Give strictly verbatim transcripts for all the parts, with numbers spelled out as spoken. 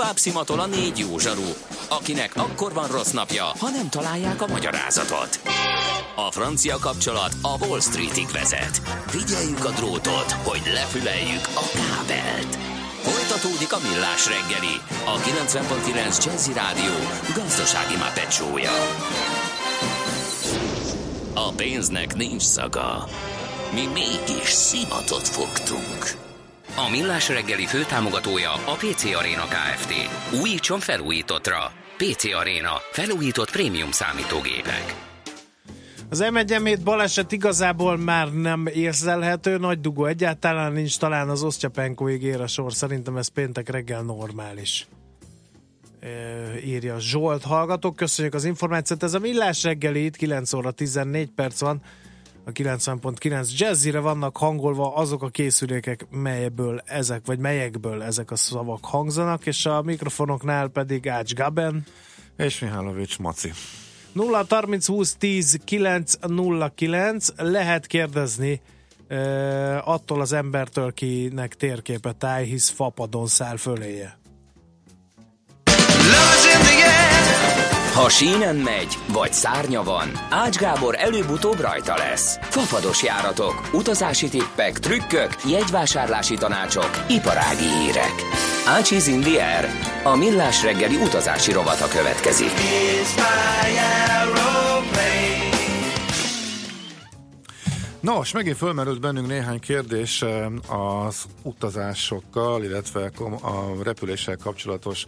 tovább szimatol a négy jó zsaru, akinek akkor van rossz napja, ha nem találják a magyarázatot. A francia kapcsolat a Wall Streetig vezet. Figyeljük a drótot, hogy lefüleljük a kábelt. Folytatódik a Millás reggeli, a kilencven pont kilenc Jazzy Rádió gazdasági mápecsója. A pénznek nincs szaga. Mi mégis szimatot fogtunk. A Millás reggeli főtámogatója a pé cé Arena Kft. Újítson felújítottra. pé cé Arena. Felújított prémium számítógépek. Az em egy em hét baleset igazából már nem érzlelhető, nagy dugó egyáltalán nincs, talán az Osztyapenkóig ér a sor, szerintem ez péntek reggel normális. E, írja Zsolt hallgatók, köszönjük az információt, ez a Millás reggeli, itt kilenc óra tizennégy perc van, a kilencven pont kilenc Jazzyre vannak hangolva azok a készülékek, melyből ezek, vagy melyekből ezek a szavak hangzanak, és a mikrofonoknál pedig Ács Gaben és Mihálovics Maci. nulla harminc húsz tíz kilenc nulla kilenc, lehet kérdezni uh, attól az embertől, kinek térképet áll, hisz fapadon száll föléje. Ha sínen megy, vagy szárnya van, Ács Gábor előbb-utóbb rajta lesz. Fafados járatok, utazási tippek, trükkök, jegyvásárlási tanácsok, iparági hírek. Ácsiz in the air. A Millás reggeli utazási rovata következik. Nos, megint fölmerült bennünk néhány kérdés az utazásokkal, illetve a repüléssel kapcsolatos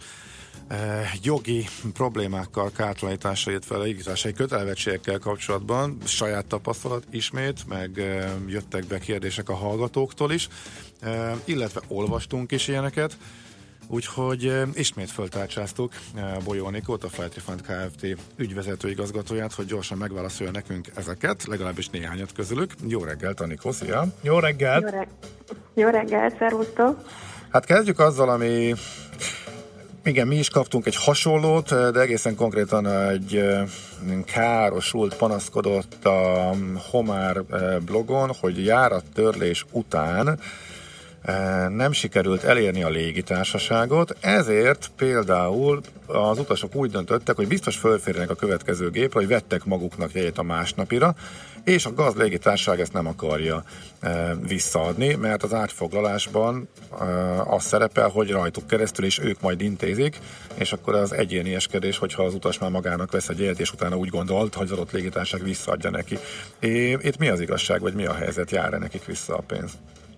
jogi problémákkal, kártalanításai, illetve légitársasági kötelezettségekkel kapcsolatban. Saját tapasztalat ismét, meg jöttek be kérdések a hallgatóktól is, illetve olvastunk is ilyeneket. Úgyhogy ismét föltárcsáztuk Bolyó Anikót, a Flight Refund Kft. Ügyvezető igazgatóját, hogy gyorsan megválaszolja nekünk ezeket, legalábbis néhányat közülük. Jó reggelt, Anikó, szia! Jó reggelt! Jó, reg- Jó reggelt, szervusztok! Hát kezdjük azzal, ami... Igen, mi is kaptunk egy hasonlót, de egészen konkrétan egy károsult panaszkodott a Homár blogon, hogy járattörlés után nem sikerült elérni a légitársaságot, ezért például az utasok úgy döntöttek, hogy biztos fölférjenek a következő gépre, hogy vettek maguknak jegyet a másnapira, és a gaz légitársaság ezt nem akarja e, visszaadni, mert az átfoglalásban e, az szerepel, hogy rajtuk keresztül is ők majd intézik, és akkor az egyénieskedés, hogyha az utas már magának vesz egy jegyet, és utána úgy gondolt, hogy az adott légitársaság visszaadja neki. É, itt mi az igazság, vagy mi a helyzet, jár-e nekik vissza a pénz?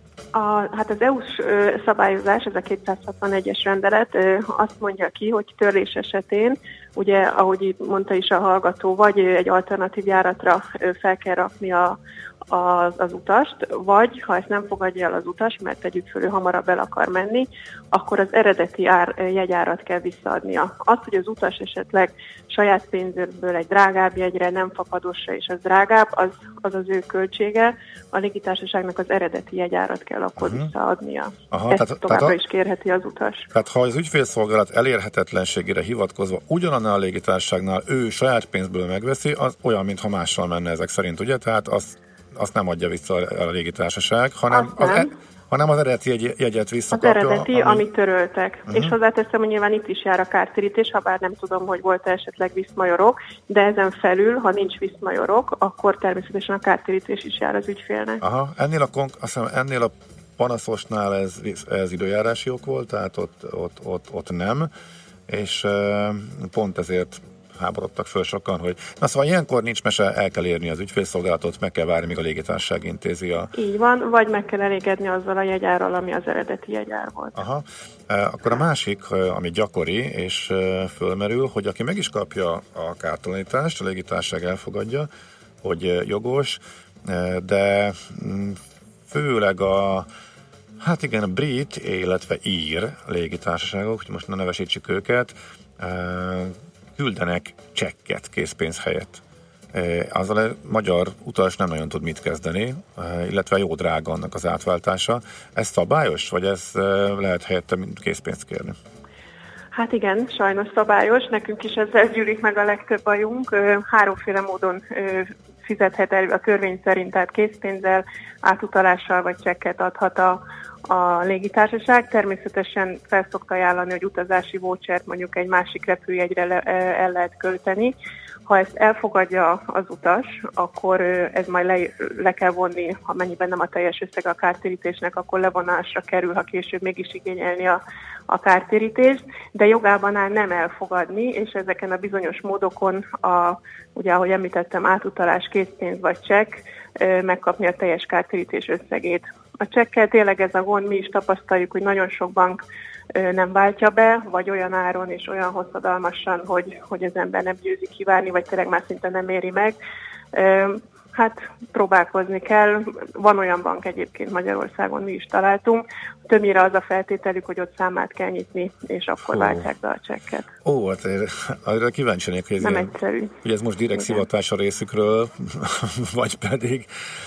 A, hát az é u-s ö, szabályozás, ez a kétszázhatvanegyes rendelet ö, azt mondja ki, hogy törlés esetén, ugye, ahogy itt mondta is a hallgató, vagy egy alternatív járatra ö, fel kell rakni a, az, az utast, vagy ha ezt nem fogadja el az utas, mert tegyük föl, ő hamarabb el akar menni, akkor az eredeti ár, jegyárat kell visszaadnia. Azt, hogy az utas esetleg saját pénzből egy drágább jegyre, nem fapadosra, és az drágább, az az, az ő költsége, a légitársaságnak az eredeti jegyárat kell akkor uh-huh. visszaadnia. Aha, ezt tehát, továbbra tehát, is kérheti az utas. Tehát ha az ügyfélszolgálat elérhetetlenségére hivatkozva ugyanannál a légitársaságnál ő saját pénzből megveszi, az olyan, mintha mással menne ezek szerint, ugye? Tehát azt, azt nem adja vissza a légitársaság, hanem az, e, hanem az eredeti jegy, jegyet visszakapja. Az eredeti, ami... amit töröltek. Uh-huh. És hozzáteszem, hogy nyilván itt is jár a kártérítés, ha bár nem tudom, hogy volt esetleg viszmajorok, de ezen felül, ha nincs viszmajorok, akkor természetesen a kártérítés is jár az ügyfélnek. Aha, ennél a, azt hiszem, ennél a panaszosnál ez, ez időjárási ok volt, tehát ott, ott, ott, ott nem, és pont ezért háborodtak föl sokan, hogy na szóval ilyenkor nincs mese, el kell érni az ügyfélszolgálatot, meg kell várni, míg a légitársaság intézi a... Így van, vagy meg kell elégedni azzal a jegyárral, ami az eredeti jegyár volt. Aha. Akkor a másik, ami gyakori, és fölmerül, hogy aki meg is kapja a kártalanítást, a légitársaság elfogadja, hogy jogos, de főleg a hát igen, a brit, illetve ír légitársaságok, hogy most ne nevesítsük őket, küldenek csekket készpénz helyett. Azzal a magyar utas nem nagyon tud mit kezdeni, illetve jó drága annak az átváltása. Ez szabályos, vagy ez lehet helyette készpénzt kérni? Hát igen, sajnos szabályos. Nekünk is ezzel gyűlik meg a legtöbb bajunk. Háromféle módon fizethet el a törvény szerint, tehát készpénzzel, átutalással vagy csekket adhat a, a légitársaság. Természetesen fel szokta ajánlani, hogy utazási vouchert mondjuk egy másik repülőjegyre le, el lehet költeni. Ha ezt elfogadja az utas, akkor ez majd le, le kell vonni, ha mennyiben nem a teljes összeg a kártérítésnek, akkor levonásra kerül, ha később mégis igényelni a, a kártérítést, de jogában áll nem elfogadni, és ezeken a bizonyos módokon, a, ugye ahogy említettem, átutalás, készpénz vagy csekk, megkapni a teljes kártérítés összegét. A csekkel tényleg ez a gond, mi is tapasztaljuk, hogy nagyon sok bank nem váltja be, vagy olyan áron és olyan hosszadalmasan, hogy, hogy az ember nem győzi kivárni, vagy tényleg már szinte nem éri meg. Hát próbálkozni kell. Van olyan bank egyébként Magyarországon, mi is találtunk. Többnyire az a feltételük, hogy ott számlát kell nyitni, és akkor Hú. váltják be a csekket. Ó, hát arra kíváncsi lennék, hogy ez, nem ilyen, egyszerű. hogy ez most direkt Igen. szivatás a részükről, vagy pedig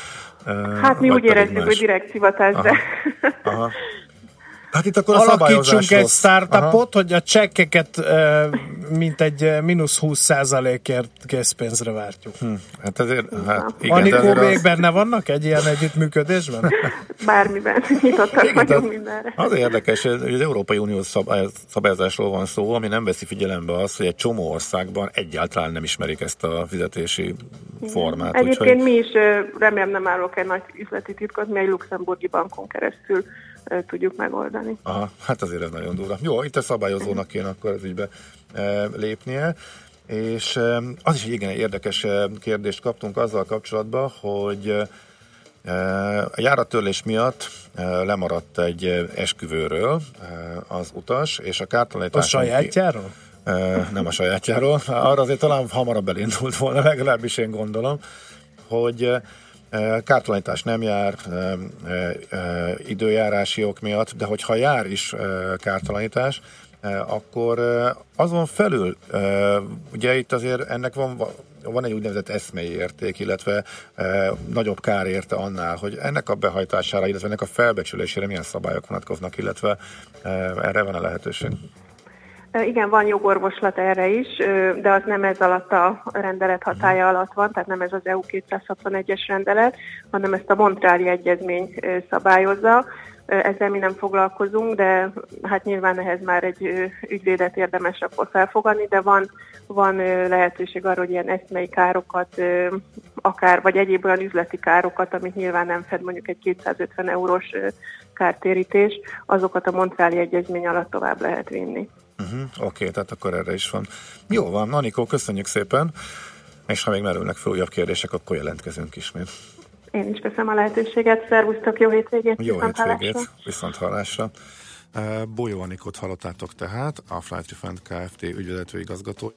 Hát mi úgy érezzük, hogy direkt szivatás, Aha. de... Aha. Hát itt akkor a alakítsunk egy startupot, hogy a csekkeket mint egy mínusz húsz százalékért készpénzre váltjuk. Hm, hát ezért, hát igen, Anikó, még az... benne vannak egy ilyen együttműködésben? Bármiben, nyitottak vagyunk mindenre. Az érdekes, hogy az Európai Unió szabály, szabályozásról van szó, ami nem veszi figyelembe azt, hogy egy csomó országban egyáltalán nem ismerik ezt a fizetési formát. Egyébként úgyhogy... mi is, remélem nem állok egy nagy üzleti titkot, mi egy luxemburgi bankon keresztül tudjuk megoldani. Aha, hát azért ez nagyon durva. Jó, itt a szabályozónak kéne akkor az ügybe e, lépnie, és e, az is egy igen érdekes kérdést kaptunk azzal kapcsolatban, hogy e, a járattörlés miatt e, lemaradt egy esküvőről e, az utas, és a kártalanítás... A sajátjáról? E, nem a sajátjáról, arra azért talán hamarabb elindult volna, legalábbis én gondolom, hogy kártalanítás nem jár e, e, e, időjárási ok miatt, de hogyha jár is e, kártalanítás, e, akkor e, azon felül, e, ugye itt azért ennek van, van egy úgynevezett eszmei érték, illetve e, nagyobb kár érte annál, hogy ennek a behajtására, illetve ennek a felbecsülésére milyen szabályok vonatkoznak, illetve e, erre van a lehetőség. Igen, van jogorvoslat erre is, de az nem ez alatt a rendelet hatálya alatt van, tehát nem ez az é u kétszázhatvanegyes rendelet, hanem ezt a Montreali Egyezmény szabályozza. Ezzel mi nem foglalkozunk, de hát nyilván ehhez már egy ügyvédet érdemes akkor felfogadni, de van, van lehetőség arra, hogy ilyen eszmei károkat, akár, vagy egyéb olyan üzleti károkat, amit nyilván nem fed mondjuk egy kétszázötven eurós kártérítés, azokat a Montreali Egyezmény alatt tovább lehet vinni. Uh-huh, Oké, okay, tehát akkor erre is van. Jó van, Anikó, köszönjük szépen, és ha még merülnek fel újabb kérdések, akkor jelentkezünk ismét. Én is köszönöm a lehetőséget, szervusztok, jó hétvégét, jó viszont hétvégét, hallásra. viszont hallásra. Uh, Bolyó Anikót hallottátok tehát, a Flight Refund Kft. Ügyvezető igazgató.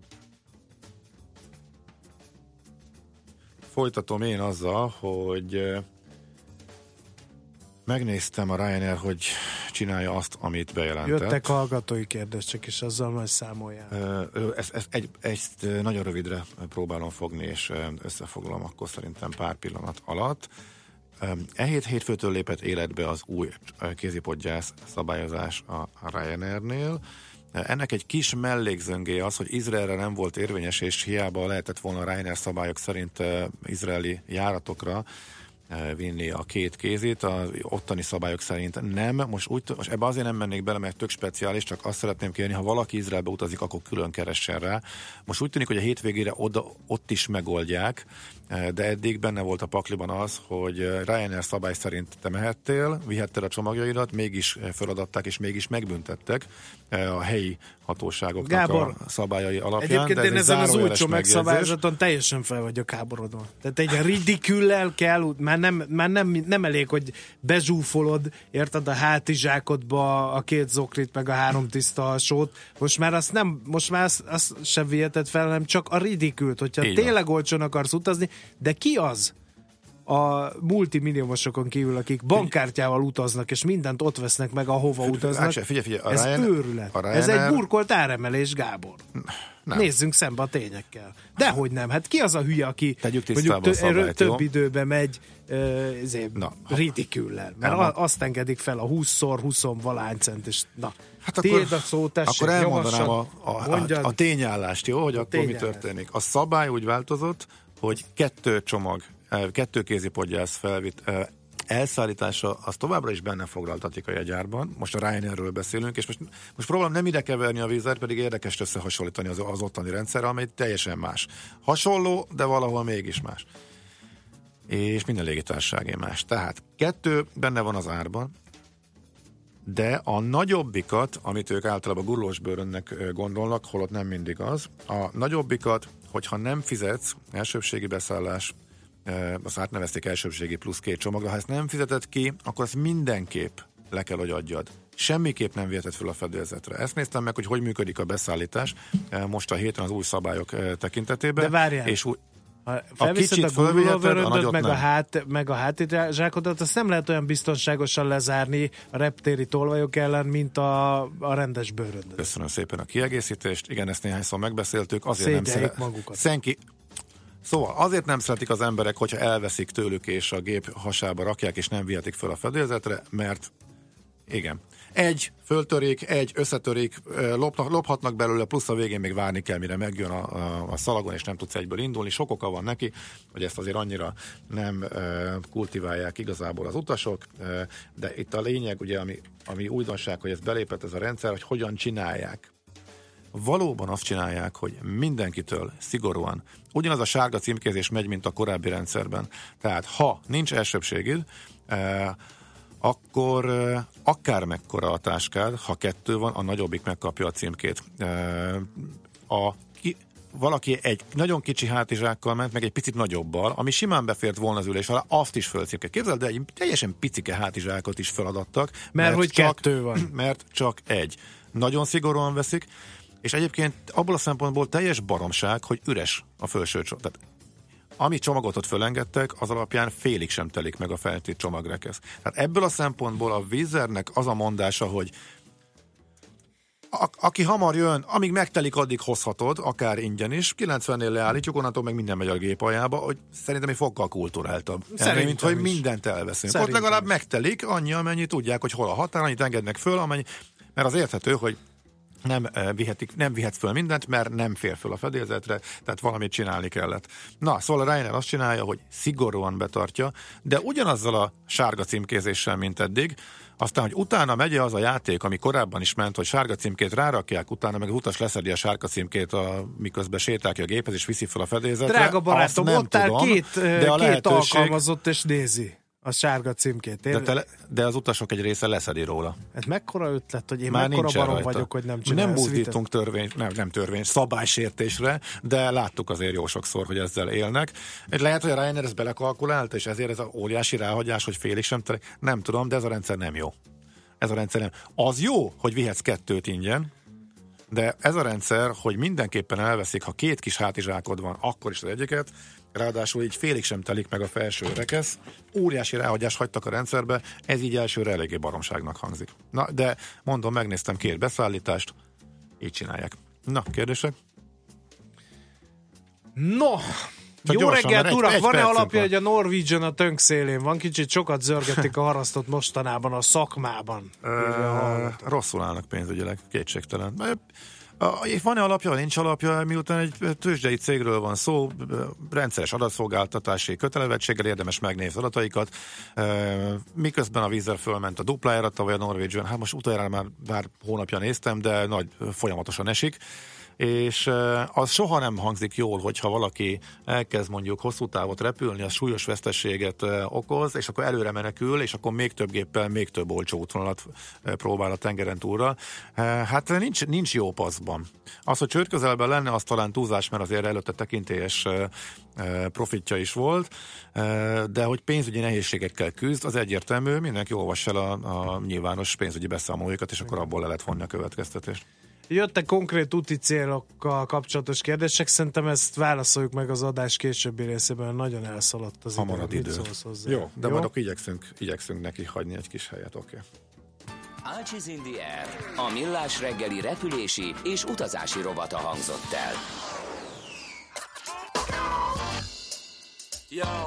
Folytatom én azzal, hogy megnéztem a Ryanair, hogy csinálja azt, amit bejelentett. Jöttek hallgatói kérdések, és azzal majd számoljál. Ezt, ezt, egy, ezt nagyon rövidre próbálom fogni, és összefoglalom akkor szerintem pár pillanat alatt. E hét hétfőtől lépett életbe az új kézipodgyász szabályozás a Ryanairnél. Ennek egy kis mellékzöngé az, hogy Izraelre nem volt érvényes, és hiába lehetett volna a Ryanair szabályok szerint izraeli járatokra vinni a két kézét, az ottani szabályok szerint nem. Most, úgy, most ebbe azért nem mennék bele, mert tök speciális, csak azt szeretném kérni, ha valaki Izraelbe utazik, akkor külön keressen rá. Most úgy tűnik, hogy a hétvégére oda, ott is megoldják, de eddig benne volt a pakliban az, hogy Ryanair szabály szerint te mehettél, vihettél a csomagjaidat, mégis feladatták és mégis megbüntettek a helyi hatóságoknak Gábor, a szabályai alapján. Egyébként én ezen az új csomagszabályzaton teljesen fel vagyok háborodva. Tehát egy ridiküllel kell, már, nem, már nem, nem elég, hogy bezsúfolod, érted, a hátizsákodba a két zokrit, meg a három tiszta alsót. Most már azt nem, most már azt, azt sem viheted fel, hanem csak a ridikült, hogyha így tényleg van. Olcsón akarsz utazni, de ki az a multimilliómosokon kívül, akik bankkártyával utaznak, és mindent ott vesznek meg, ahova utaznak. Figyelj, figyelj, a ez Ryanair, őrület. A Ryanair... Ez egy burkolt áremelés, Gábor. Nem. Nézzünk szembe a tényekkel. Dehogy nem. Hát ki az a hülye, aki mondjuk tö- szabályt, több időben megy uh, ridiküllel. Mert a, azt engedik fel a húszszor húsz-valahány cent, és na, hát akkor, a szó, tessék, akkor elmondanám a, a, a, a tényállást, jó? Hogy a akkor mi történik. A szabály úgy változott, hogy kettő csomag, kettő kézipodgyász felvitt, elszállítása az továbbra is benne foglaltatik a jegyárban. Most a Ryanairről beszélünk, és most, most próbálom nem ide keverni a vízert, pedig érdekes összehasonlítani az, az ottani rendszerre, amely teljesen más. Hasonló, de valahol mégis más. És minden légitársaságé más. Tehát kettő benne van az árban, de a nagyobbikat, amit ők általában gurulósbőrönnek gondolnak, holott nem mindig az, a nagyobbikat, hogyha nem fizetsz elsőbségi beszállás, azt átnevezték elsőbségi plusz két csomagra, ha ezt nem fizeted ki, akkor ezt mindenképp le kell, hogy adjad. Semmiképp nem viheted fel a fedélzetre. Ezt néztem meg, hogy hogy működik a beszállítás most a héten az új szabályok tekintetében. De várjál! És új, ha felviszed a gurulóvöröndöt, meg, hát, meg a hátizsákodat, azt nem lehet olyan biztonságosan lezárni a reptéri tolvajok ellen, mint a, a rendes bőröndöt. Köszönöm szépen a kiegészítést. Igen, ezt néhányszor megbeszéltük. Azért nem szeret... magukat. Szenki... Szóval azért nem szeretik az emberek, hogyha elveszik tőlük és a gép hasába rakják, és nem vihetik föl a fedélzetre, mert igen. Egy föltörik, egy összetörik, lopnak, lophatnak belőle, plusz a végén még várni kell, mire megjön a, a, a szalagon, és nem tudsz egyből indulni. Sok oka van neki, hogy ezt azért annyira nem e, kultiválják igazából az utasok, e, de itt a lényeg, ugye, ami, ami újdonság, hogy ez belépett ez a rendszer, hogy hogyan csinálják. Valóban azt csinálják, hogy mindenkitől szigorúan ugyanaz a sárga címkézés megy, mint a korábbi rendszerben. Tehát ha nincs elsőbségid, e, akkor uh, akár mekkora a táskád, ha kettő van, a nagyobbik megkapja a címkét. Uh, a, ki, valaki egy nagyon kicsi hátizsákkal ment, meg egy picit nagyobbal, ami simán befért volna az ülés alá, azt is fölcímke. Képzeld, de egy teljesen picike hátizsákot is feladattak. Mert, mert hogy csak, kettő van. Mert csak egy. Nagyon szigorúan veszik, és egyébként abból a szempontból teljes baromság, hogy üres a felső csomag. Tehát ami csomagot ott fölengedtek, az alapján félig sem telik meg a feltét csomagrekesz. Tehát ebből a szempontból a Wizz Airnek az a mondása, hogy a, aki hamar jön, amíg megtelik, addig hozhatod, akár ingyen is, kilencvennél leállítjuk, onnantól meg minden megy a gép aljába, hogy szerintem egy fokkal kulturáltabb. Szerintem, mint hogy mindent elveszünk. Szerintem ott legalább is megtelik, annyi, amennyi tudják, hogy hol a határ, annyit engednek föl, amennyi, mert az érthető, hogy nem, vihetik, nem vihetsz föl mindent, mert nem fér föl a fedélzetre, tehát valamit csinálni kellett. Na, szóval a Ryanair azt csinálja, hogy szigorúan betartja, de ugyanazzal a sárga címkézéssel, mint eddig, aztán, hogy utána megy az a játék, ami korábban is ment, hogy sárga címkét rárakják, utána meg az utas leszedi a sárga címkét, a, miközben sétálja a géphez, és viszi fel a fedélzetre. Drága barátom, ott áll két, de a két lehetőség... alkalmazott, és nézi a sárga címkét. Én... De, te, de az utasok egy része leszedi róla. Ez mekkora ötlet, hogy én már mekkora barom rajta. Vagyok, hogy nem csinálsz. Nem buzdítunk törvény, nem, nem törvény, szabálysértésre, de láttuk azért jó sokszor, hogy ezzel élnek. Lehet, hogy a Ryanair ezt belekalkulálta, és ezért ez az óriási ráhagyás, hogy félig sem tere... Nem tudom, de ez a rendszer nem jó. Ez a rendszer nem. Az jó, hogy vihetsz kettőt ingyen, de ez a rendszer, hogy mindenképpen elveszik, ha két kis hátizsákod van, akkor is az egyiket, ráadásul így félig sem telik meg a felső rekesz. Óriási ráhagyást hagytak a rendszerbe, ez így elsőre eléggé baromságnak hangzik. Na, de mondom, megnéztem két beszállítást, így csinálják. Na, kérdések? No, csak jó reggelt, urak! Van-e alapja, van, hogy a Norwegian a tönk szélén van? Kicsit sokat zörgetik a harasztot mostanában a szakmában. E, rosszul állnak pénzügyileg, kétségtelen. Van-e alapja, nincs alapja, miután egy tőzsdei cégről van szó, rendszeres adatszolgáltatási kötelezettséggel érdemes megnézni adataikat, miközben a Wizz Air fölment a duplájára, tavaly a Norwegian, hát most utoljára már bár hónapja néztem, de nagy folyamatosan esik, és az soha nem hangzik jól, hogyha valaki elkezd mondjuk hosszú távot repülni, az súlyos veszteséget okoz, és akkor előre menekül, és akkor még több géppel, még több olcsó útvonalat próbál a tengeren túlra. Hát nincs, nincs jó paszban. Az, hogy csőd közelben lenne, az talán túlzás, mert azért előtte tekintélyes profitja is volt, de hogy pénzügyi nehézségekkel küzd, az egyértelmű, mindenki olvass el a, a nyilvános pénzügyi beszámolóikat, és akkor abból le lehet vonni a következtetést. Jöttek konkrét úti célokkal kapcsolatos kérdések, szerintem ezt válaszoljuk meg az adás későbbi részében, nagyon elszaladt az idő. Hamaradt idő. Jó, de Jó? majd akkor igyekszünk, igyekszünk neki hagyni egy kis helyet, oké. Okay. Ácsiz in the Air, a millás reggeli repülési és utazási rovata hangzott el. Yo,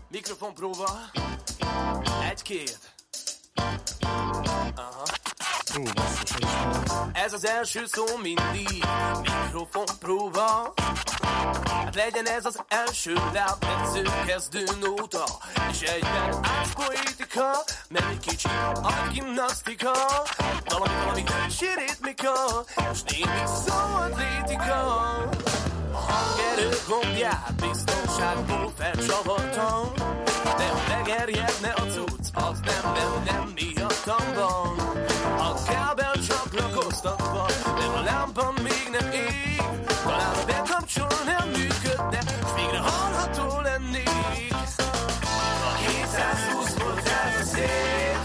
mikrofonpróba, egy-két. Aha. Ez az első szó mindig mikrofon próba. Hát legyen ez az első lábmetsző kezdő nóta, és egyben átpoétika, mert egy kicsit a gimnasztika. Valami, valami siritmika, és némi szóatlétika. A hangerő gombját biztonságból felcsavartam, de ha megerjedne a cucc, az nem, nem, nem miattam van. A kábel csatlakoztatva, de a lámpa még nem ég. Talán a bekapcsol nem működne, s végre hallható lennék. A hétszázhúsz volt át a szép,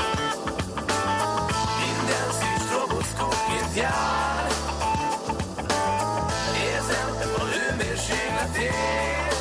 minden szív stroboszkópként jár. Érzem a hőmérsékletét,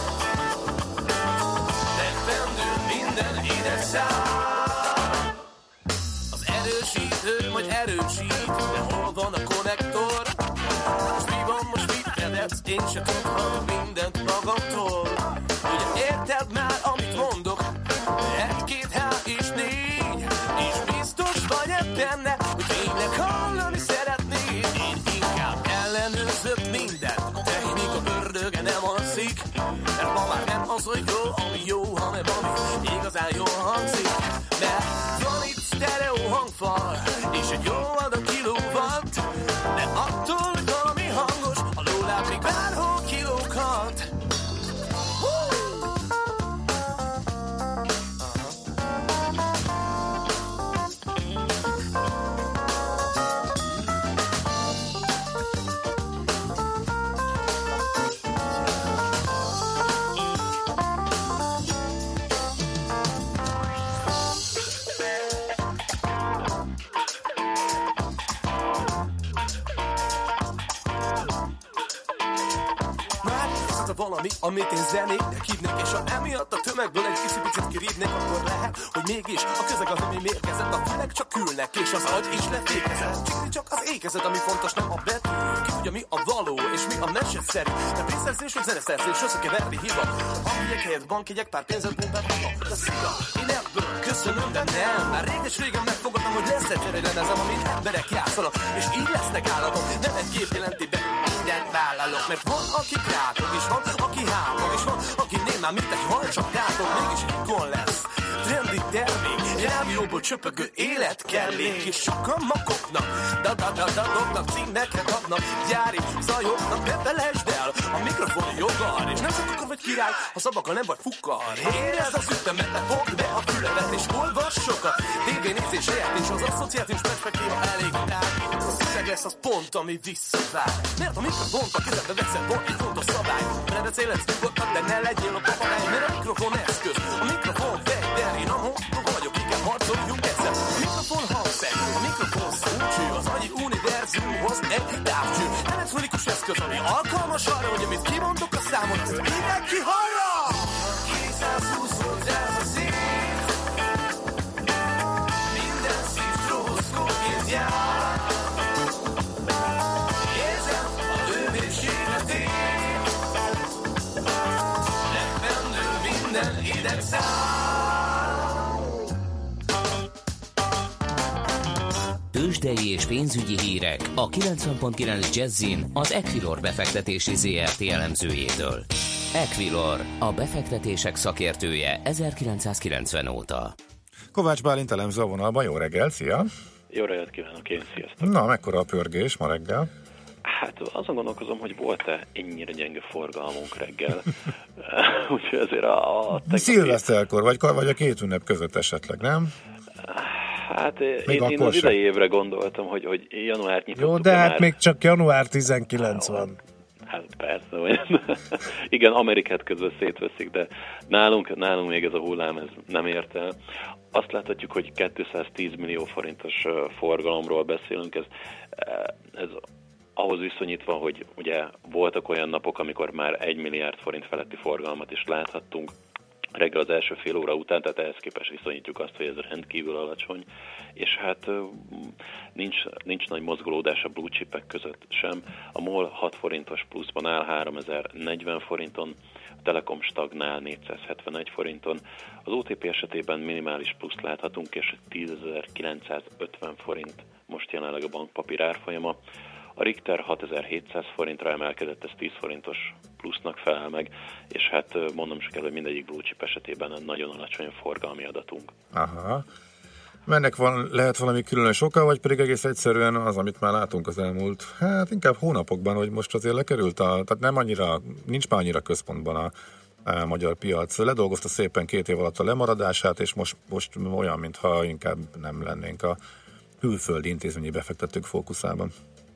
megfendül minden idegszár. Az erősítő majd erősít, de hol van a konnektor? Most mi van, most mit nevetsz? Én se tudhatok mindent magamtól. Ugye érted már, amit mondok? Egy-két H és négy, és biztos vagy benne, hogy tényleg hallani szeretnéd. Én inkább ellenőrzök mindent, a technika ördöge nem alszik, mert ma már nem az, hogy jó, ami jó, hanem ami igazán jól hangzik. Mert van itt sztereó hangfal, és egy jó adag kilowatt, de attól, hogy valami hangos, a lóláb még bárhol kilókat. Valami, amit én zenének hívnék, és ha emiatt a tömegből egy kicsi picit kirívnék, akkor lehet, hogy mégis a közeg az, ami mérgezett, a fülek csak ülnek, és az agy is lefékezett. Csikni csak az ékezet, ami fontos, nem a betű. Ki tudja, mi a való, és mi a meseszerű. De pénzszerzés, vagy zeneszerzés, összekeverni hiba. Hangügyek helyett bankjegyek, pár pénzet, bombát, de szia, én ebből köszönöm, de nem. Már réges-régen megfogadtam, hogy lesz egy lemezem, amin emberek játszanak, és így lesznek állatok. Nem egy gép jelenti be, mindent vállalok, mert van, aki krátok, és van, aki hámog, és van, aki nél már mint egy hal, csak kátok, mégis ikon lesz. Trendi termék, rádióból csöpögő életkellék, és sokan makoknak, da-da-da-da-dognak, címeket adnak, gyári zajoknak, ne felejtsd el, a mikrofon jogar, és nem csak akkor vagy király, ha szabakkal nem vagy fukkar. Érezd az ütemet, fogd be a füledet, és olvass sokat, té vé nézés helyett, és az asszociációs perspektíva elég tár. A szöveg lesz az pont, ami visszavár, mert a mikrofont a kezedbe veszed, van egy fontos szabály, ne beszélhetsz nyugodtan, de ne legyél a papagáj, mert a mikrofon eszköz, a mikrofon fegyver, én a mondó vagyok, igen, harcoljunk ezzel. A mikrofon hangszer, a mikrofon szócső, az agyi univerzumhoz egy távcső. Elektronikus eszköz, ami alkalmas arra, hogy amit kimondok a számot, ezt mindenki hallja! kétszázhúsz volt ez a szív, minden szív stroboszkópként jár. Érzem a hőmérsékletét, megfendül minden idegszár. Tőzsdei és pénzügyi hírek a kilencven pont kilenc Jazzin az Equilor befektetési zé er té elemzőjétől. Equilor, a befektetések szakértője ezerkilencszázkilencven óta. Kovács Bálint elemző a vonalban, jó reggel, szia! Jó reggelt kívánok én, sziasztok! Na, mekkora a pörgés ma reggel? Hát azon gondolkozom, hogy volt-e ennyire gyenge forgalmunk reggel. Úgyhogy azért a... a tegnapi... Szilveszterkor, vagy, vagy a két ünnep között esetleg, nem? Hát még én, én az idei évre gondoltam, hogy, hogy januárt nyitottuk. Jó, de hát már... még csak január tizenkilenc van. Hát persze, vagy... igen, Amerikát közben szétveszik, de nálunk, nálunk még ez a hullám ez nem ért el. Azt láthatjuk, hogy kétszáztíz millió forintos forgalomról beszélünk, ez, ez ahhoz viszonyítva, hogy ugye voltak olyan napok, amikor már egy milliárd forint feletti forgalmat is láthattunk reggel az első fél óra után, tehát ehhez képest viszonyítjuk azt, hogy ez rendkívül alacsony, és hát nincs, nincs nagy mozgolódás a blue chipek között sem. A MOL hat forintos pluszban áll háromezer-negyven forinton, Telekom stagnál négyszázhetvenegy forinton, az o té pé esetében minimális pluszt láthatunk, és tízezer-kilencszázötven forint most jelenleg a bankpapír árfolyama. A Richter hatezer-hétszáz forintra emelkedett, ez tíz forintos plusznak felel meg, és hát mondom csak el, hogy mindegyik blue chip esetében nagyon alacsony a forgalmi adatunk. Aha. Mennek van, lehet valami különös oka, vagy pedig egész egyszerűen az, amit már látunk az elmúlt, hát inkább hónapokban, hogy most azért lekerült a, tehát nem annyira, nincs már annyira központban a, a magyar piac. Ledolgozta szépen két év alatt a lemaradását, és most, most olyan, mintha inkább nem lennénk a külföldi intézményi befektetők fókuszában.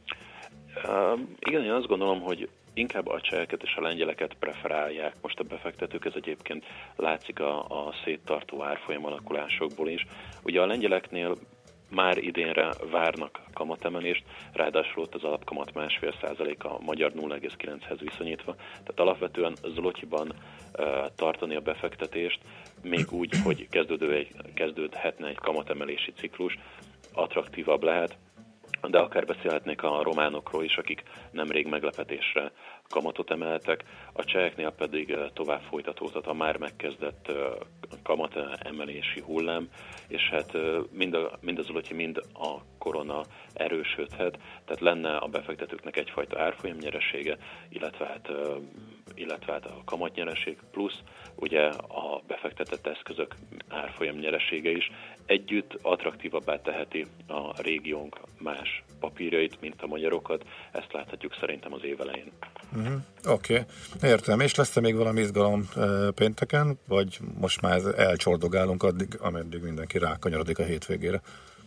Uh, igen, én azt gondolom, hogy inkább a cseheket és a lengyeleket preferálják most a befektetők, ez egyébként látszik a, a széttartó árfolyam alakulásokból is. Ugye a lengyeleknél már idénre várnak kamatemelést, ráadásul ott az alapkamat másfél százalék, a magyar nulla egész kilenchez viszonyítva, tehát alapvetően zlotyiban uh, tartani a befektetést, még úgy, hogy kezdődő egy, kezdődhetne egy kamatemelési ciklus, attraktívabb lehet, de akár beszélhetnék a románokról is, akik nemrég meglepetésre kamatot emeltek, a cseheknél pedig tovább folytatódhat a már megkezdett kamat emelési hullám, és hát mind, a, mind az zloty, mind a korona erősödhet, tehát lenne a befektetőknek egyfajta árfolyamnyeresége, illetve hát, illetve hát a kamatnyereség, plusz ugye a befektetett eszközök árfolyamnyeresége is együtt attraktívabbá teheti a régiónk más papírjait, mint a magyarokat, ezt láthatjuk szerintem az év elején. Uh-huh. Oké, okay. Értem. És lesz-e még valami izgalom e, pénteken, vagy most már elcsordogálunk addig, ameddig mindenki rákanyarodik a hétvégére?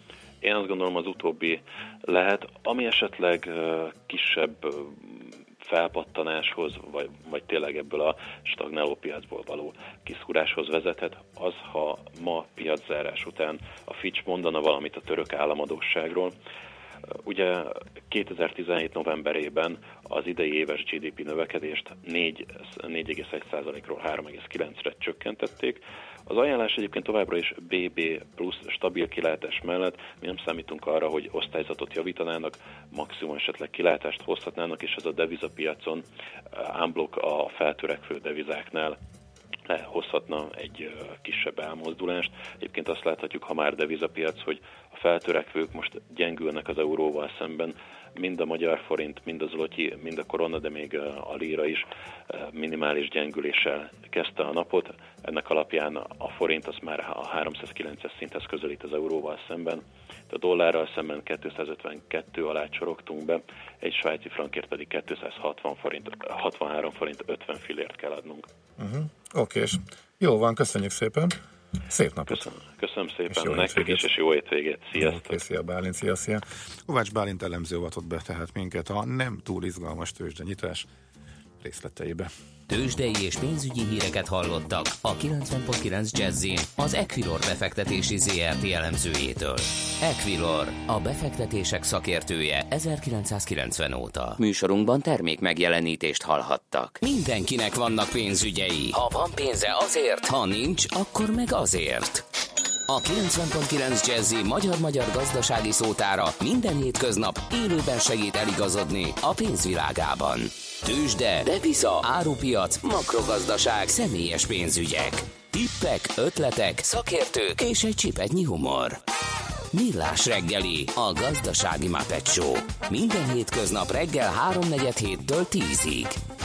Én azt gondolom, az utóbbi lehet, ami esetleg uh, kisebb uh, felpattanáshoz, vagy, vagy tényleg ebből a stagnáló piacból való kiszúráshoz vezethet, az, ha ma piaczárás után a Fitch mondana valamit a török államadósságról. Ugye kétezer-tizenhét novemberében az idei éves gé dé pé növekedést négy egész egy százalékról három egész kilencre csökkentették. Az ajánlás egyébként továbbra is bé bé plusz stabil kilátás mellett, mi nem számítunk arra, hogy osztályzatot javítanának, maximum esetleg kilátást hozhatnának, és ez a devizapiacon unblock a feltörekvő devizáknál hozhatna egy kisebb elmozdulást. Egyébként azt láthatjuk, ha már devizapiac, hogy a feltörekvők most gyengülnek az euróval szemben, mind a magyar forint, mind a zloty, mind a korona, de még a lira is minimális gyengüléssel kezdte a napot. Ennek alapján a forint az már a háromszázkilences szinthez közelít az euróval szemben. A dollárral szemben kétszázötvenkettő alá csorogtunk be, egy svájci frankért pedig kétszázhatvan forint, hatvanhárom forint ötven fillért kell adnunk. Uh-huh. Oké, és jó van, köszönjük szépen. Szép napot. Köszönöm, köszönöm szépen nektek is, és jó hétvégét. Sziasztok. Oké, szia Bálint, szia, szia. Kovács Bálint elemző avatott be tehát minket a nem túl izgalmas tőzsdenyitás részleteibe. Tőzsdei és pénzügyi híreket hallottak a kilencven pont kilenc Jazzin az Equilor befektetési zé er té elemzőjétől. Equilor, a befektetések szakértője ezerkilencszázkilencven óta. Műsorunkban termék megjelenítést hallhattak. Mindenkinek vannak pénzügyei. Ha van pénze, azért, ha nincs, akkor meg azért. A kilencven pont kilenc Jazzy magyar-magyar gazdasági szótára minden hétköznap élőben segít eligazodni a pénzvilágában. Tőzsde, depisza, árupiac, makrogazdaság, személyes pénzügyek. Tippek, ötletek, szakértők és egy csipetnyi humor. Millás reggeli, a gazdasági Muppet Show. Minden hétköznap reggel háromnegyed héttől tízig.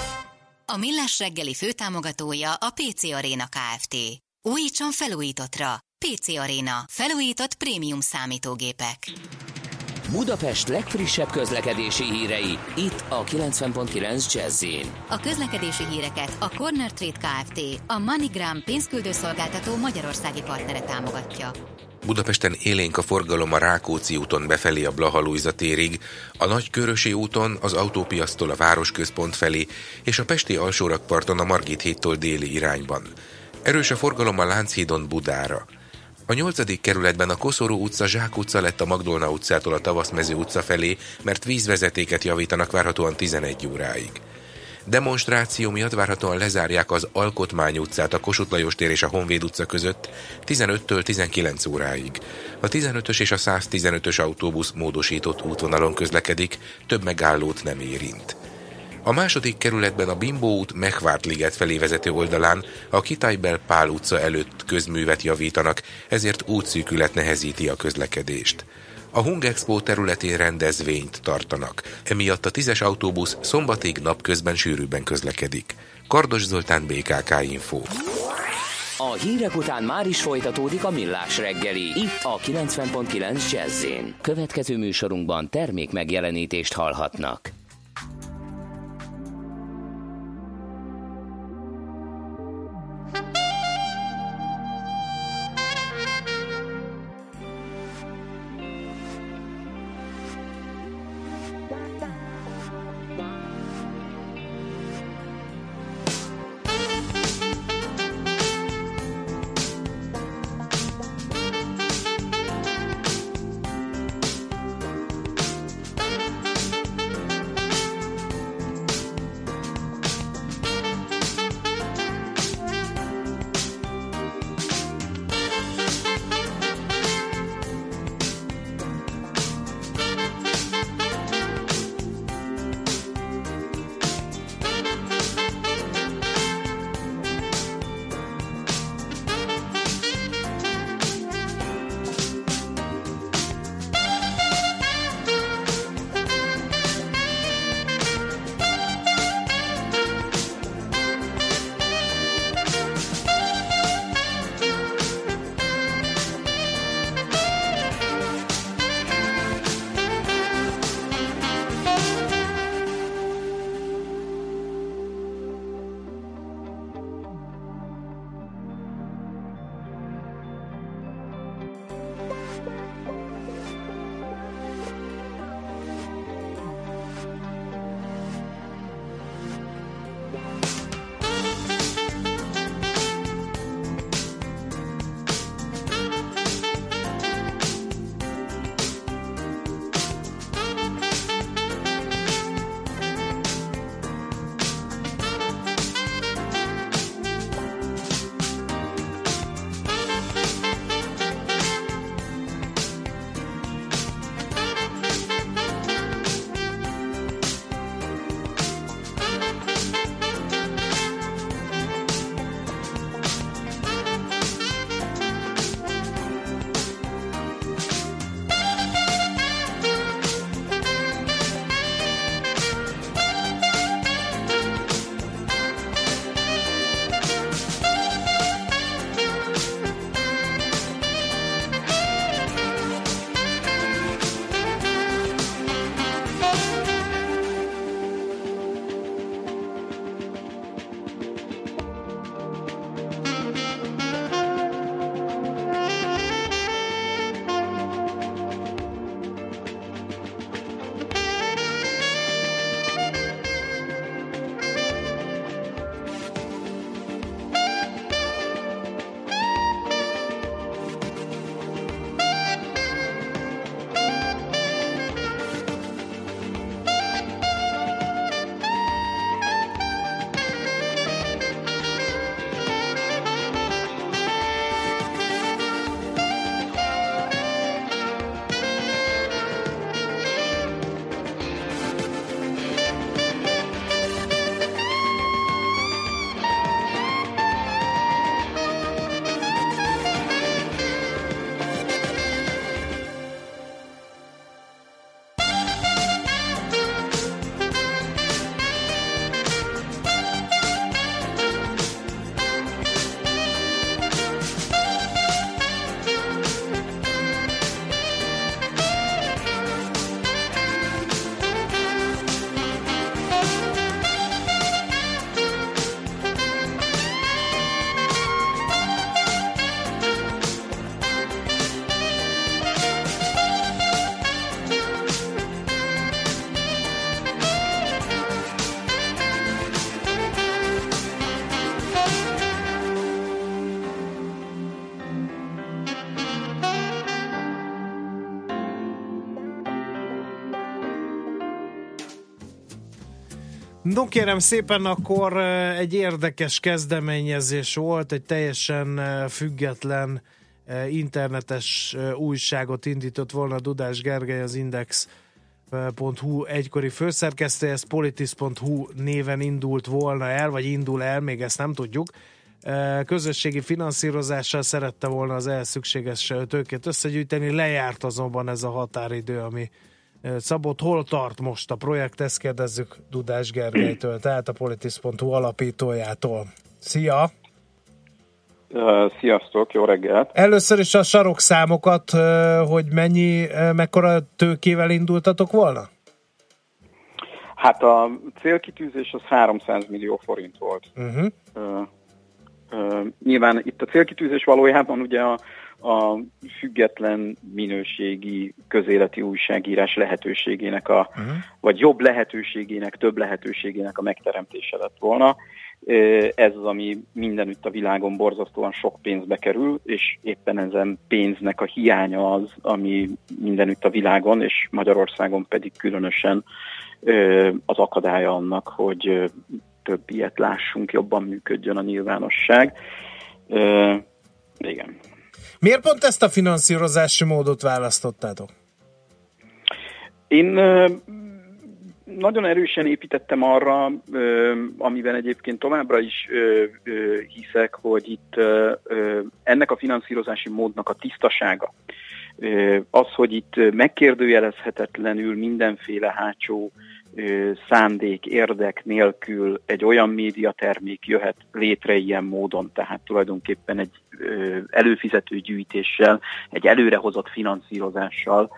A Millás reggeli főtámogatója a pé cé Arena Kft. Újítson felújítottra. pé cé Arena. Felújított prémium számítógépek. Budapest legfrissebb közlekedési hírei, itt a kilencven pont kilenc Jazzin. A közlekedési híreket a Corner Trade Kft. A MoneyGram pénzküldőszolgáltató magyarországi partnere támogatja. Budapesten élénk a forgalom a Rákóczi úton befelé a Blaha-Lujza térig, a Nagykörösi úton az autópiasztól a Városközpont felé, és a pesti alsórakparton a Margit hídtól déli irányban. Erős a forgalom a Lánchídon Budára. A nyolcadik kerületben a Koszorú utca Zsák utca lett a Magdolna utcától a Tavaszmező utca felé, mert vízvezetéket javítanak várhatóan tizenegy óráig. Demonstráció miatt várhatóan lezárják az Alkotmány utcát a Kossuth Lajos tér és a Honvéd utca között tizenöttől tizenkilenc óráig. A tizenötös és a száztizenötös autóbusz módosított útvonalon közlekedik, több megállót nem érint. A második kerületben a Bimbó út Mechvárt-liget felé vezető oldalán a Kitájbel Pál utca előtt közművet javítanak, ezért útszűkület nehezíti a közlekedést. A Hungexpo területén rendezvényt tartanak, emiatt a tízes autóbusz szombatig napközben sűrűbben közlekedik. Kardos Zoltán, bé ká ká Info. A hírek után már is folytatódik a Millás reggeli, itt a kilencven pont kilenc Jazz-én. Következő műsorunkban termék megjelenítést hallhatnak. No kérem szépen, akkor egy érdekes kezdeményezés volt, egy teljesen független internetes újságot indított volna Dudás Gergely, az Index pont hu egykori főszerkesztő, ez politis pont hu néven indult volna el, vagy indul el, még ezt nem tudjuk. Közösségi finanszírozással szerette volna az ehhez szükséges tőkét összegyűjteni, lejárt azonban ez a határidő, ami szabott. Hol tart most a projekt? Ezt kérdezzük Dudás Gergelytől, tehát a politis pont hu alapítójától. Szia! Sziasztok, jó reggelt! Először is a sarokszámokat, hogy mennyi, mekkora tőkével indultatok volna? Hát a célkitűzés az háromszáz millió forint volt. Uh-huh. Uh, uh, nyilván itt a célkitűzés valójában ugye a, a független minőségi közéleti újságírás lehetőségének, a, uh-huh. vagy jobb lehetőségének, több lehetőségének a megteremtése lett volna. Ez az, ami mindenütt a világon borzasztóan sok pénzbe kerül, és éppen ezen pénznek a hiánya az, ami mindenütt a világon, és Magyarországon pedig különösen az akadálya annak, hogy több ilyet lássunk, jobban működjön a nyilvánosság. Igen. Miért pont ezt a finanszírozási módot választottátok? Én nagyon erősen építettem arra, amiben egyébként továbbra is hiszek, hogy itt ennek a finanszírozási módnak a tisztasága, az, hogy itt megkérdőjelezhetetlenül mindenféle hátsó szándék, érdek nélkül egy olyan médiatermék jöhet létre ilyen módon, tehát tulajdonképpen egy előfizető gyűjtéssel, egy előrehozott finanszírozással,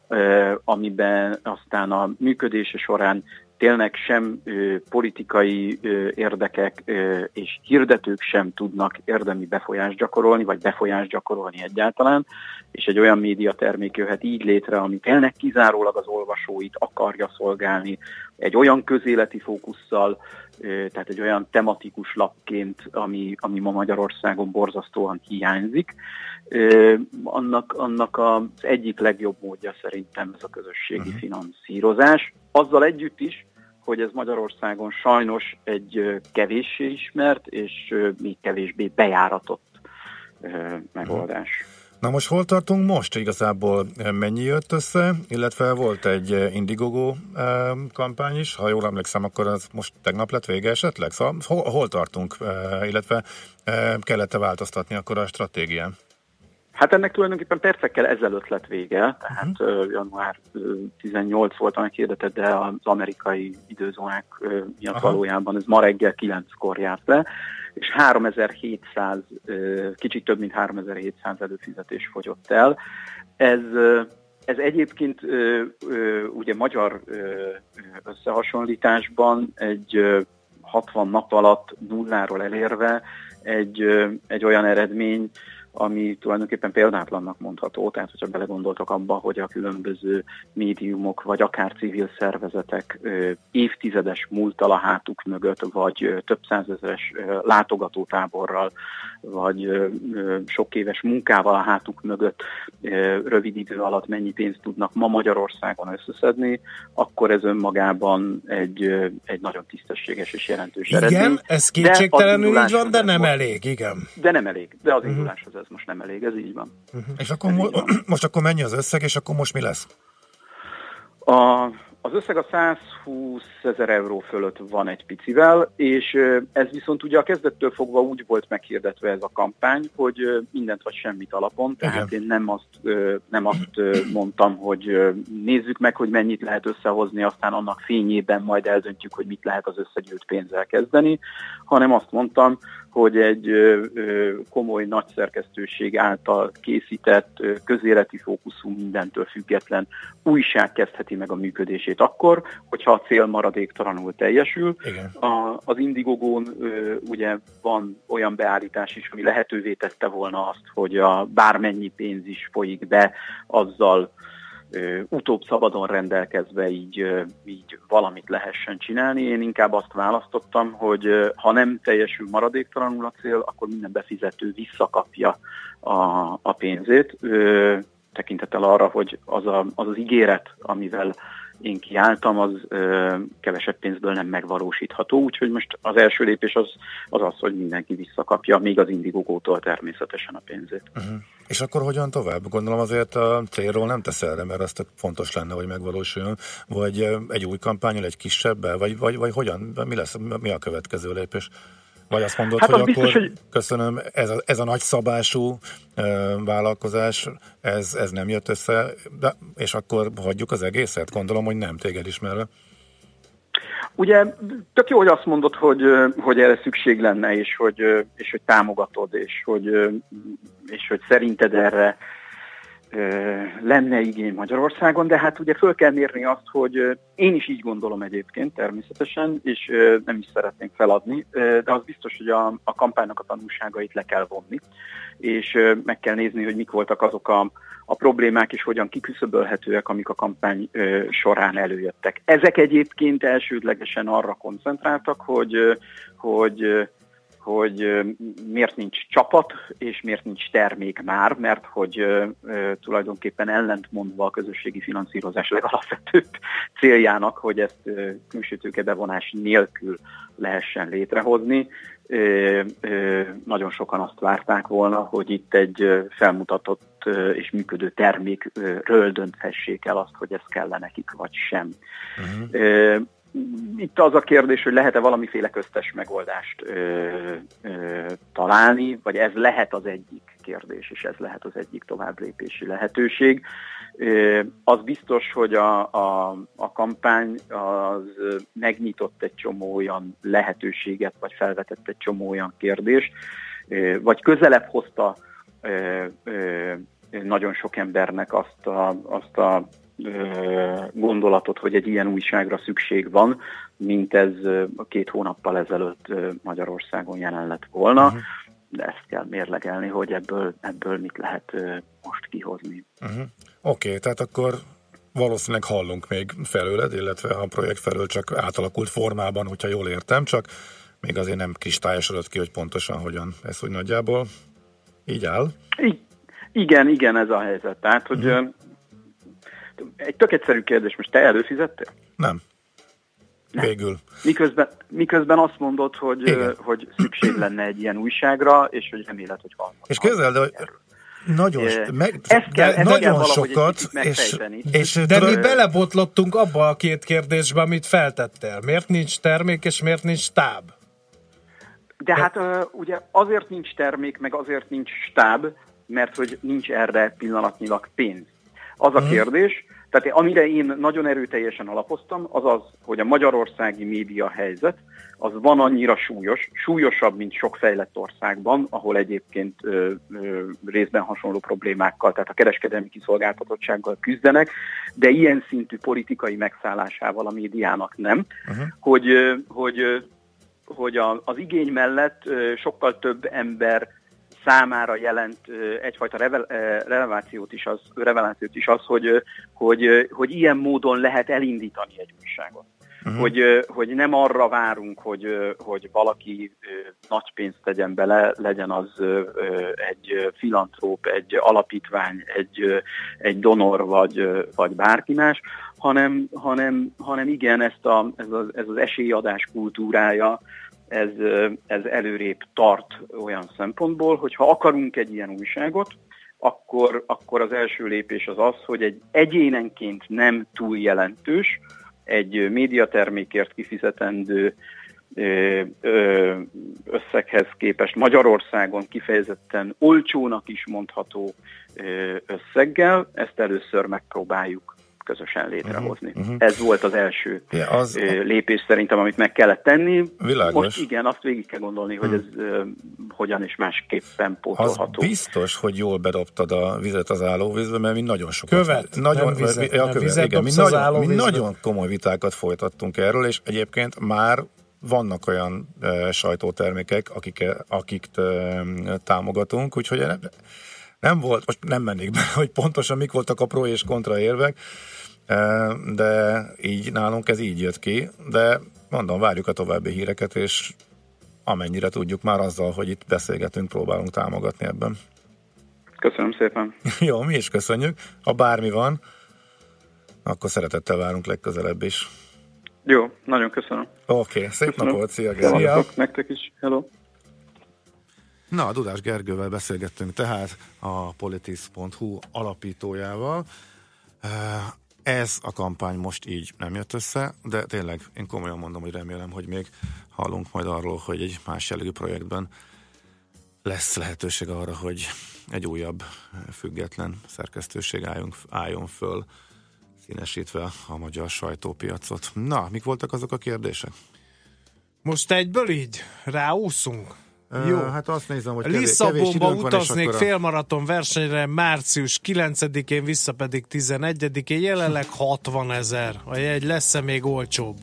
amiben aztán a működése során tényleg sem ö, politikai ö, érdekek ö, és hirdetők sem tudnak érdemi befolyást gyakorolni, vagy befolyást gyakorolni egyáltalán, és egy olyan médiatermék jöhet így létre, ami tényleg kizárólag az olvasóit akarja szolgálni, egy olyan közéleti fókusszal, ö, tehát egy olyan tematikus lapként, ami, ami ma Magyarországon borzasztóan hiányzik. Ö, annak, annak az egyik legjobb módja szerintem ez a közösségi uh-huh. finanszírozás. Azzal együtt is, hogy ez Magyarországon sajnos egy kevéssé ismert és még kevésbé bejáratott megoldás. Na most hol tartunk most? Igazából mennyi jött össze, illetve volt egy Indiegogo kampány is, ha jól emlékszem, akkor ez most tegnap lett vége esetleg? Szóval hol, hol tartunk, illetve kellett-e változtatni akkor a stratégián? Hát ennek tulajdonképpen percekkel ezelőtt lett vége, tehát uh-huh. január tizennyolc volt, amit hirdetett, de az amerikai időzónák miatt Aha. valójában ez ma reggel kilenckor járt le, és háromezer-hétszáz, kicsit több mint háromezer-hétszáz előfizetés fogyott el. Ez, ez egyébként ugye magyar összehasonlításban egy hatvan nap alatt nulláról elérve egy, egy olyan eredmény, ami tulajdonképpen példátlannak mondható, tehát hogyha belegondoltak abba, hogy a különböző médiumok, vagy akár civil szervezetek ö, évtizedes múlttal a hátuk mögött, vagy ö, több százezeres ö, látogatótáborral, vagy ö, ö, sok éves munkával a hátuk mögött ö, rövid idő alatt mennyi pénzt tudnak ma Magyarországon összeszedni, akkor ez önmagában egy, ö, egy nagyon tisztességes és jelentős igen, eredmény. Igen, ez kétségtelenül így van, de nem most, elég, igen. De nem elég, de az uh-huh. induláshoz ez most nem elég, ez így van. Uh-huh. És akkor mo- most akkor mennyi az összeg, és akkor most mi lesz? A, az összeg a százhúszezer euró fölött van egy picivel, és ez viszont ugye a kezdettől fogva úgy volt meghirdetve ez a kampány, hogy mindent vagy semmit alapon, tehát igen. én nem azt, nem azt mondtam, hogy nézzük meg, hogy mennyit lehet összehozni, aztán annak fényében majd eldöntjük, hogy mit lehet az összegyűjt pénzzel kezdeni, hanem azt mondtam, hogy egy komoly nagy szerkesztőség által készített, közéleti fókuszú, mindentől független újság kezdheti meg a működését akkor, hogyha a cél maradéktalanul teljesül. A, az Indiegogón ugye van olyan beállítás is, ami lehetővé tette volna azt, hogy a bármennyi pénz is folyik be, azzal utóbb szabadon rendelkezve így, így valamit lehessen csinálni. Én inkább azt választottam, hogy ha nem teljesül maradéktalanul a cél, akkor minden befizető visszakapja a, a pénzét, tekintettel arra, hogy az, a, az az ígéret, amivel én kiálltam, az ö, kevesebb pénzből nem megvalósítható, úgyhogy most az első lépés az az, az hogy mindenki visszakapja, még az Indiegogo-tól természetesen a pénzét. Uh-huh. És akkor hogyan tovább? Gondolom azért a célról nem tesz erre, mert az tök fontos lenne, hogy megvalósuljon, vagy egy új kampányon, egy kisebbel, vagy, vagy, vagy hogyan, mi lesz, mi a következő lépés? Vagy azt mondod, hát hogy az akkor biztos, hogy... köszönöm, ez a, ez a nagy szabású ö, vállalkozás, ez, ez nem jött össze, de, és akkor hagyjuk az egészet? Gondolom, hogy nem, téged ismerve. Ugye tök jó, hogy azt mondod, hogy, hogy erre szükség lenne, és hogy, és hogy támogatod, és hogy, és hogy szerinted erre lenne igény Magyarországon, de hát ugye föl kell mérni azt, hogy én is így gondolom egyébként természetesen, és nem is szeretnénk feladni, de az biztos, hogy a, a kampánynak a tanulságait le kell vonni, és meg kell nézni, hogy mik voltak azok a, a problémák, és hogyan kiküszöbölhetőek, amik a kampány során előjöttek. Ezek egyébként elsődlegesen arra koncentráltak, hogy, hogy hogy miért nincs csapat, és miért nincs termék már, mert hogy e, tulajdonképpen ellentmondva a közösségi finanszírozás legalapvetőbb céljának, hogy ezt e, külső tőke bevonás nélkül lehessen létrehozni. E, e, nagyon sokan azt várták volna, hogy itt egy felmutatott e, és működő termékről dönthessék el azt, hogy ez kell nekik, vagy sem. Uh-huh. E, Itt az a kérdés, hogy lehet-e valamiféle köztes megoldást ö, ö, találni, vagy ez lehet az egyik kérdés, és ez lehet az egyik továbblépési lehetőség. Ö, az biztos, hogy a, a, a kampány az megnyitott egy csomó olyan lehetőséget, vagy felvetett egy csomó olyan kérdést, ö, vagy közelebb hozta ö, ö, nagyon sok embernek azt a, azt a gondolatot, hogy egy ilyen újságra szükség van, mint ez két hónappal ezelőtt Magyarországon jelen lett volna, uh-huh. de ezt kell mérlegelni, hogy ebből, ebből mit lehet most kihozni. Uh-huh. Oké, okay, tehát akkor valószínűleg hallunk még felőled, illetve a projekt felől csak átalakult formában, hogyha jól értem, csak még azért nem kristályosodott ki, hogy pontosan hogyan ez úgy nagyjából így áll. I- igen, igen, ez a helyzet. Tehát, hogy uh-huh. egy tök egyszerű kérdés, most te előfizettél? Nem. Nem. Végül. Miközben, miközben azt mondod, hogy, hogy szükség lenne egy ilyen újságra, és hogy reméled, hogy van. És képzeld, hogy nagyon, e, meg, ezt kell, ezt nagyon kell sokat, és, és de mi belebotlottunk abba a két kérdésbe, amit feltettél. Miért nincs termék, és miért nincs stáb? De hát ugye azért nincs termék, meg azért nincs stáb, mert hogy nincs erre pillanatnyilag pénz. Az a kérdés, tehát amire én nagyon erőteljesen alapoztam, az az, hogy a magyarországi média helyzet az van annyira súlyos, súlyosabb, mint sok fejlett országban, ahol egyébként ö, ö, részben hasonló problémákkal, tehát a kereskedelmi kiszolgáltatottsággal küzdenek, de ilyen szintű politikai megszállásával a médiának nem, uh-huh. hogy, ö, hogy, ö, hogy a, az igény mellett ö, sokkal több ember számára jelent egyfajta revel, relevációt is az, revelációt is az, hogy, hogy, hogy ilyen módon lehet elindítani egy újságot. Uh-huh. Hogy, hogy nem arra várunk, hogy, hogy valaki nagy pénzt tegyen bele, legyen az egy filantróp, egy alapítvány, egy, egy donor, vagy, vagy bárki más, hanem, hanem, hanem igen, ezt a, ez, az, ez az esélyadás kultúrája, Ez, ez előrébb tart olyan szempontból, hogy ha akarunk egy ilyen újságot, akkor, akkor az első lépés az az, hogy egy egyénenként nem túl jelentős, egy médiatermékért kifizetendő összeghez képest Magyarországon kifejezetten olcsónak is mondható összeggel, ezt először megpróbáljuk közösen létrehozni. Uh-huh, uh-huh. Ez volt az első ja, az... lépés szerintem, amit meg kellett tenni. Világos. Most igen, azt végig kell gondolni, hogy ez uh, hogyan és másképpen pótolható. Az biztos, hogy jól bedobtad a vizet az állóvízbe, mert mi nagyon sokat... Követ, nagyon, nem vizet, ja, nem követ, vizet igen, mi, nagyon, mi nagyon komoly vitákat folytattunk erről, és egyébként már vannak olyan e, sajtótermékek, akik, akikt e, támogatunk, úgyhogy nem, nem volt, most nem mennék be, hogy pontosan mik voltak a pro és kontra érvek, de így nálunk ez így jött ki, de mondom, várjuk a további híreket, és amennyire tudjuk már azzal, hogy itt beszélgetünk, próbálunk támogatni ebben. Köszönöm szépen. Jó, mi is köszönjük. Ha bármi van, akkor szeretettel várunk legközelebb is. Jó, nagyon köszönöm. Oké, okay, szép köszönöm. napot, szia Gergő. Szia. Nektek is, hello. Na, Dudás Gergővel beszélgettünk tehát a politics pont hu alapítójával. Ez a kampány most így nem jött össze, de tényleg én komolyan mondom, hogy remélem, hogy még hallunk majd arról, hogy egy más jellegű projektben lesz lehetőség arra, hogy egy újabb független szerkesztőség álljunk, álljon föl, színesítve a magyar sajtópiacot. Na, mik voltak azok a kérdések? Most egyből így ráúszunk? Jó. Uh, hát azt nézem, hogy kevés, Lisszabonba kevés utaznék van, félmaraton versenyre március kilencedikén, vissza pedig tizenegyedikén, jelenleg hatvan ezer. A jegy lesz-e még olcsóbb?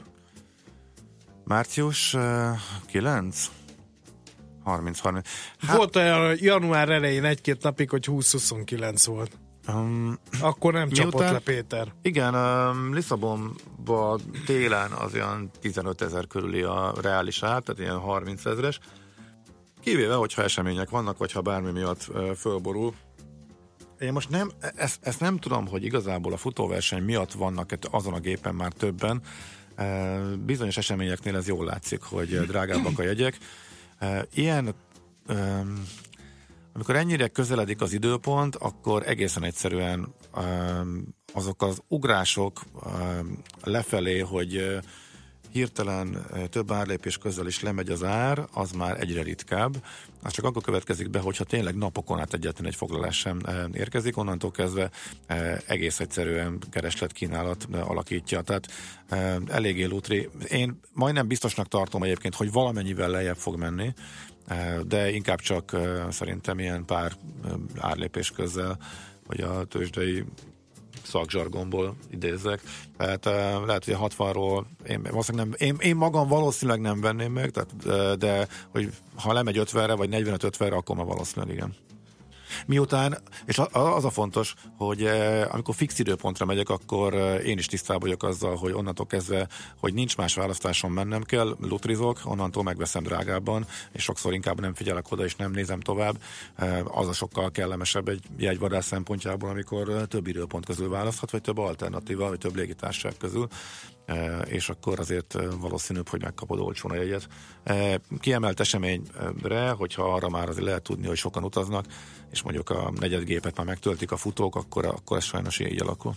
Március uh, kilenc? harminc harminc. Hát, volt olyan január elején egy-két napig, hogy húsz-huszonkilenc volt. Um, Akkor nem csapott miután, le Péter. Igen, um, Lisszabonban télen az olyan tizenöt ezer körüli a reális ár, tehát ilyen harminc ezres. Kivéve, hogyha események vannak, vagy ha bármi miatt uh, fölborul. Én most nem, ezt, ezt nem tudom, hogy igazából a futóverseny miatt vannak azon a gépen már többen. Uh, bizonyos eseményeknél ez jól látszik, hogy drágábbak a jegyek. Uh, ilyen, um, amikor ennyire közeledik az időpont, akkor egészen egyszerűen um, azok az ugrások um, lefelé, hogy uh, hirtelen több árlépés közzel is lemegy az ár, az már egyre ritkább. Az csak akkor következik be, hogyha tényleg napokon át egyetlen egy foglalás sem érkezik, onnantól kezdve egész egyszerűen kereslet-kínálat alakítja. Tehát eléggé lutri. Én majdnem biztosnak tartom egyébként, hogy valamennyivel lejjebb fog menni, de inkább csak szerintem ilyen pár árlépés közzel, hogy a tőzsdei szakzsargonból idézzek. Tehát uh, lehet, hogy a hatvanról én, nem, én, én magam valószínűleg nem venném meg, tehát, uh, de hogy ha lemegy ötvenre, vagy negyvenöt ötvenre, akkor már valószínűleg igen. Miután, és az a fontos, hogy amikor fix időpontra megyek, akkor én is tisztában vagyok azzal, hogy onnantól kezdve, hogy nincs más választásom, mennem kell, lutrizok, onnantól megveszem drágábban, és sokszor inkább nem figyelek oda, és nem nézem tovább. Az a sokkal kellemesebb egy jegyvadász szempontjából, amikor több időpont közül választhat, vagy több alternatíva, vagy több légitársaság közül, és akkor azért valószínűbb, hogy megkapod olcsón a jegyet. Kiemelt eseményre, hogyha arra már azért lehet tudni, hogy sokan utaznak, és mondjuk a negyed gépet már megtöltik a futók, akkor, akkor ez sajnos így alakul.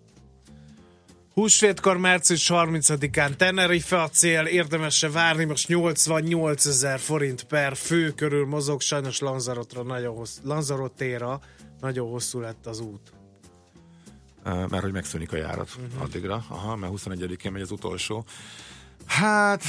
Húsvétkor március harmincadikán Tenerife a cél, érdemes-e várni, most nyolcvannyolc ezer forint per fő körül mozog, sajnos Lanzarotra nagyon hosszú, Lanzarotéra nagyon hosszú lett az út. Mert hogy megszűnik a járat uh-huh. addigra. Aha, mert huszonegyedikén megy az utolsó. Hát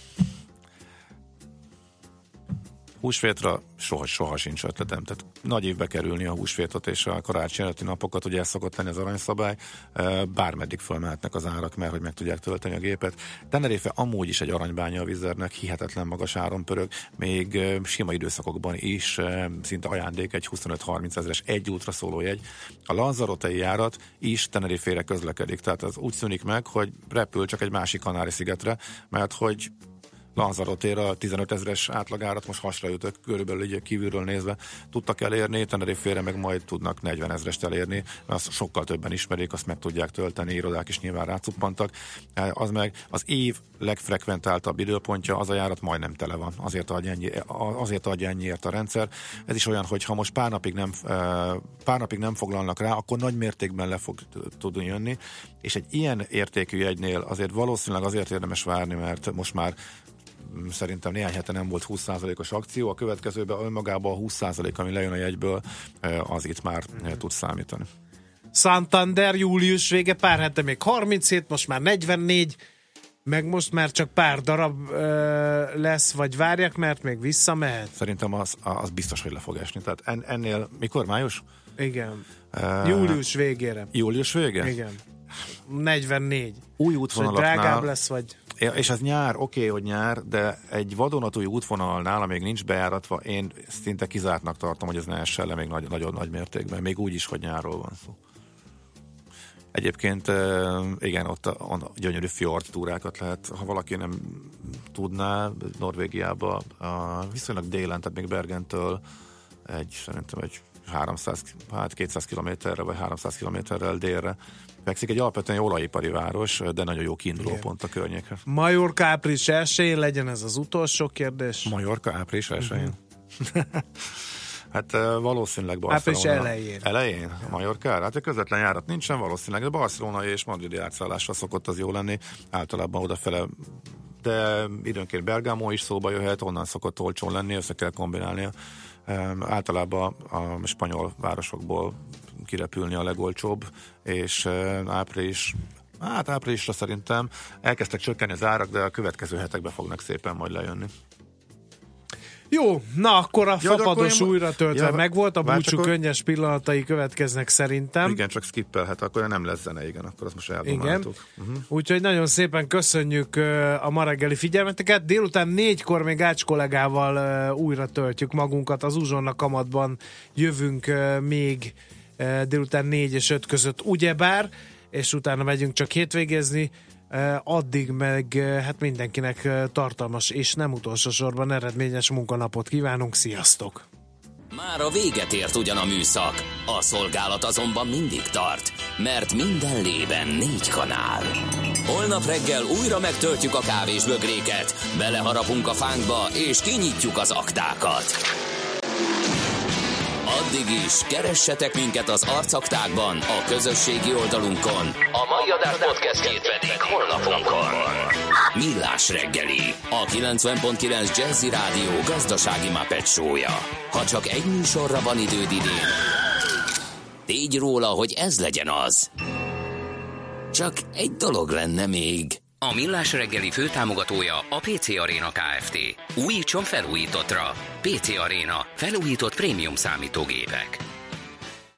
húsvétra soha, soha sincs ötletem. Tehát nagy évbe kerülni a húsvétot és a karácsony előtti napokat, ugye ez szokott lenni az aranyszabály, bármeddig fölmehetnek az árak, mert hogy meg tudják tölteni a gépet. Tenerife amúgy is egy aranybánya a Wizardnek, hihetetlen magas áron pörög, még sima időszakokban is szinte ajándék egy huszonöt-harminc ezeres egy útra szóló jegy. A lanzarotei járat is Tenerife-re közlekedik, tehát az úgy szűnik meg, hogy repül csak egy másik Kanári-szigetre, mert hogy Lanzarotéra tizenöt ezeres átlagárat most hasra ütök, körülbelül így kívülről nézve tudtak elérni, Tenerife-re meg majd tudnak negyven ezerest elérni, azt sokkal többen ismerik, azt meg tudják tölteni, irodák is nyilván rácuppantak. Az meg az év legfrekventáltabb időpontja, az a járat majdnem tele van, azért adja, ennyi, azért adja ennyiért a rendszer. Ez is olyan, hogy ha most pár napig nem, pár napig nem foglalnak rá, akkor nagy mértékben le fog tudni jönni, és egy ilyen értékű jegynél azért valószínűleg azért érdemes várni, mert most már szerintem néhány hete nem volt húsz százalékos akció, a következőben önmagában a húsz százalék, ami lejön a jegyből, az itt már mm. tud számítani. Santander július vége, pár hete még harminchét, most már negyvennégy, meg most már csak pár darab ö, lesz, vagy várják, mert még visszamehet. Szerintem az, az biztos, hogy le fog esni. Tehát en, ennél, mikor? Május? Igen. Uh, július végére. Július vége? Igen. negyvennégy. Új útvonalaknál. Drágább lesz, vagy... És ez nyár, oké, okay, hogy nyár, de egy vadonatúj útvonalnál, amíg nincs bejáratva, én szinte kizártnak tartom, hogy ez ne essen le még nagy, nagyon nagy mértékben, még úgy is, hogy nyárról van szó. Egyébként igen, ott a, a gyönyörű fjord túrákat lehet, ha valaki nem tudná, Norvégiába a viszonylag délen, tehát még Bergentől egy, szerintem egy háromszáz, hát kétszáz kilométerre vagy háromszáz kilométerrel délre fekszik. Egy alapvetően olajipari város, de nagyon jó kiinduló pont a környékre. Majorka április elsején legyen ez az utolsó kérdés. Majorka április elsején? Uh-huh. Hát valószínűleg Barcelona. Április elején. Elején? Majorkára? Hát a közvetlen járat nincsen, valószínűleg. De Barcelona és Madrid átszállásra szokott az jó lenni. Általában odafele, de időnként Bergamo is szóba jöhet, onnan szokott olcsón lenni, össze kell kombinálnia. Um, általában a spanyol városokból kirepülni a legolcsóbb, és uh, április, hát áprilisra szerintem elkezdtek csökkenni az árak, de a következő hetekben fognak szépen majd lejönni. Jó, na akkor a ja, fapados én... újra töltve ja, megvolt, a búcsú akkor... könnyes pillanatai következnek szerintem. Igen, csak skippelhet, akkor nem lesz zene, igen, akkor azt most eldomáltuk. Uh-huh. Úgyhogy nagyon szépen köszönjük uh, a ma reggeli figyelmeteket. Délután négykor még Ács kollégával uh, újra töltjük magunkat. Az Uzsonna kamatban jövünk uh, még uh, délután négy és öt között ugyebár, és utána megyünk csak hétvégézni. Addig meg hát mindenkinek tartalmas és nem utolsó sorban eredményes munkanapot kívánunk, sziasztok! Már a véget ért ugyan a műszak, a szolgálat azonban mindig tart, mert minden lében négy kanál. Holnap reggel újra megtöltjük a kávésbögréket, beleharapunk a fánkba és kinyitjuk az aktákat. Addig is keressetek minket az arcaktákban, a közösségi oldalunkon. A mai adás podcastjét pedig honlapunkon. Millás reggeli, a kilencven pont kilenc Jazzy Rádió gazdasági Muppet show-ja. Ha csak egy műsorra van időd idén, tégy róla, hogy ez legyen az. Csak egy dolog lenne még. A Millás reggeli főtámogatója a pé cé Arena Kft. Újítson felújítottra. pé cé Arena. Felújított prémium számítógépek.